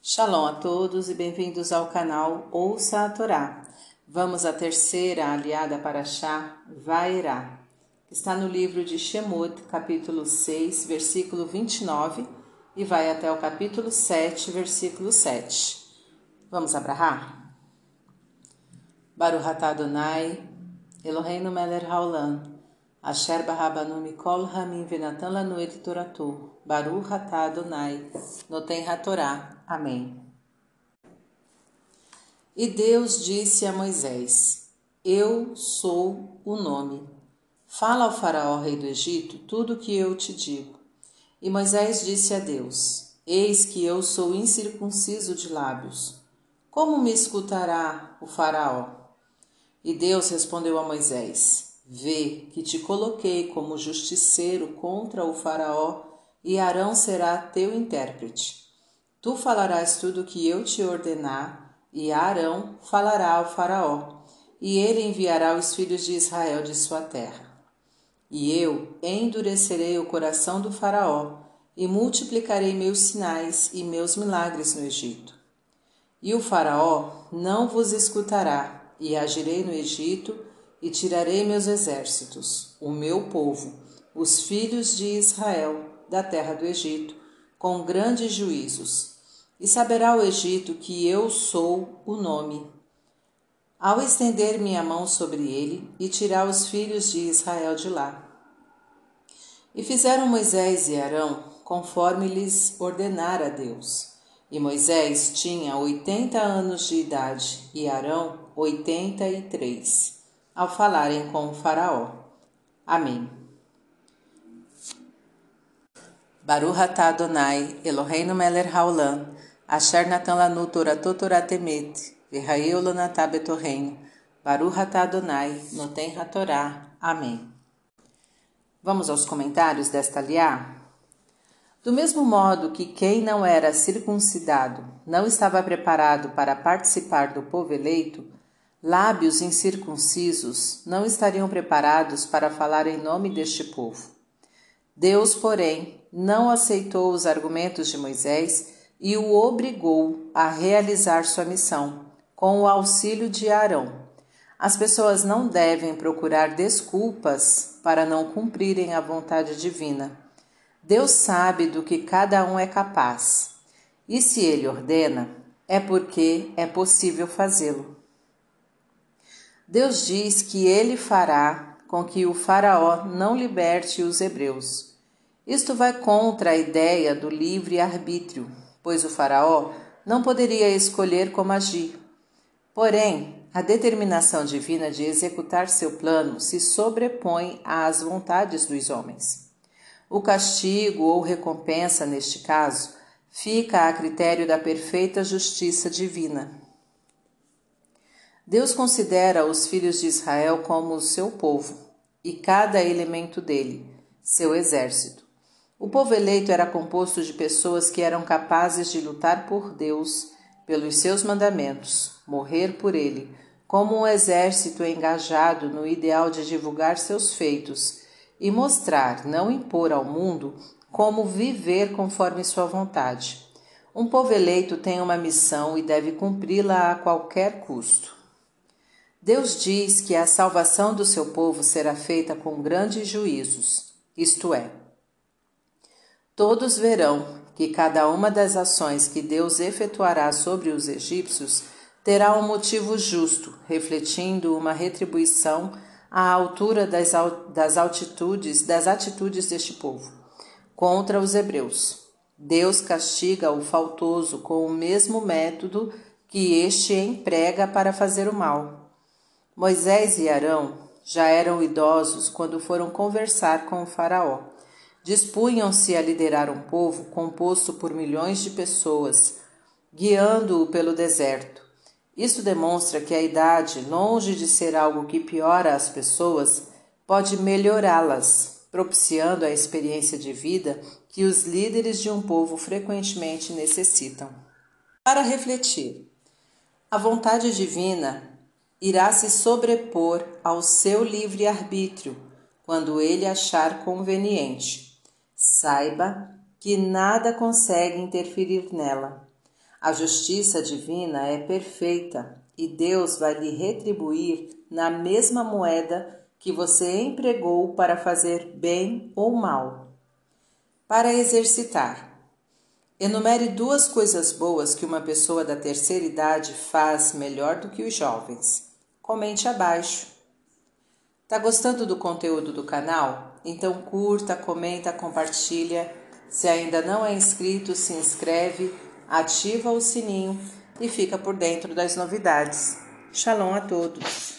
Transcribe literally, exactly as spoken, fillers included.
Shalom a todos e bem-vindos ao canal Ouça a Torá. Vamos à terceira aliada Parashá, Vaerá, que está no livro de Shemot, capítulo seis, versículo vinte e nove, e vai até o capítulo sete, versículo sete. Vamos abrahar? Baruch atah Adonai, Eloheinu melech haolam, asher barabanu mikol hamim venatan lanu et toratu, Baruch atah Adonai, noten hatorá. Amém. E Deus disse a Moisés: Eu sou o nome. Fala ao faraó, rei do Egito, tudo o que eu te digo. E Moisés disse a Deus: Eis que eu sou incircunciso de lábios. Como me escutará o faraó? E Deus respondeu a Moisés: Vê que te coloquei como justiceiro contra o faraó, e Arão será teu intérprete. Tu falarás tudo o que eu te ordenar, e Arão falará ao faraó, e ele enviará os filhos de Israel de sua terra. E eu endurecerei o coração do faraó, e multiplicarei meus sinais e meus milagres no Egito. E o faraó não vos escutará, e agirei no Egito, e tirarei meus exércitos, o meu povo, os filhos de Israel, da terra do Egito, com grandes juízos. E saberá o Egito que eu sou o nome, ao estender minha mão sobre ele e tirar os filhos de Israel de lá. E fizeram Moisés e Arão conforme lhes ordenara Deus. E Moisés tinha oitenta anos de idade e Arão oitenta e três, ao falarem com o faraó. Amém. Baruch atah Adonai, Eloheinu melech haolam, asher natan lanu toratot Torah temet, v'hayeu lo natah betorreino. Baruch atah Adonai, noten hatorá. Amém. Vamos aos comentários desta aliá? Do mesmo modo que quem não era circuncidado não estava preparado para participar do povo eleito, lábios incircuncisos não estariam preparados para falar em nome deste povo. Deus, porém, não aceitou os argumentos de Moisés e o obrigou a realizar sua missão, com o auxílio de Arão. As pessoas não devem procurar desculpas para não cumprirem a vontade divina. Deus sabe do que cada um é capaz, e se Ele ordena, é porque é possível fazê-lo. Deus diz que Ele fará com que o faraó não liberte os hebreus. Isto vai contra a ideia do livre-arbítrio, pois o faraó não poderia escolher como agir. Porém, a determinação divina de executar seu plano se sobrepõe às vontades dos homens. O castigo ou recompensa, neste caso, fica a critério da perfeita justiça divina. Deus considera os filhos de Israel como o seu povo, e cada elemento dele, seu exército. O povo eleito era composto de pessoas que eram capazes de lutar por Deus, pelos seus mandamentos, morrer por ele, como um exército engajado no ideal de divulgar seus feitos e mostrar, não impor ao mundo, como viver conforme sua vontade. Um povo eleito tem uma missão e deve cumpri-la a qualquer custo. Deus diz que a salvação do seu povo será feita com grandes juízos, isto é, todos verão que cada uma das ações que Deus efetuará sobre os egípcios terá um motivo justo, refletindo uma retribuição à altura das, das altitudes, das atitudes deste povo contra os hebreus. Deus castiga o faltoso com o mesmo método que este emprega para fazer o mal. Moisés e Arão já eram idosos quando foram conversar com o faraó. Dispunham-se a liderar um povo composto por milhões de pessoas, guiando-o pelo deserto. Isso demonstra que a idade, longe de ser algo que piora as pessoas, pode melhorá-las, propiciando a experiência de vida que os líderes de um povo frequentemente necessitam. Para refletir, a vontade divina irá se sobrepor ao seu livre-arbítrio quando ele achar conveniente. Saiba que nada consegue interferir nela. A justiça divina é perfeita e Deus vai lhe retribuir na mesma moeda que você empregou para fazer bem ou mal. Para exercitar, enumere duas coisas boas que uma pessoa da terceira idade faz melhor do que os jovens. Comente abaixo. Tá gostando do conteúdo do canal? Então curta, comenta, compartilha. Se ainda não é inscrito, se inscreve, ativa o sininho e fica por dentro das novidades. Shalom a todos!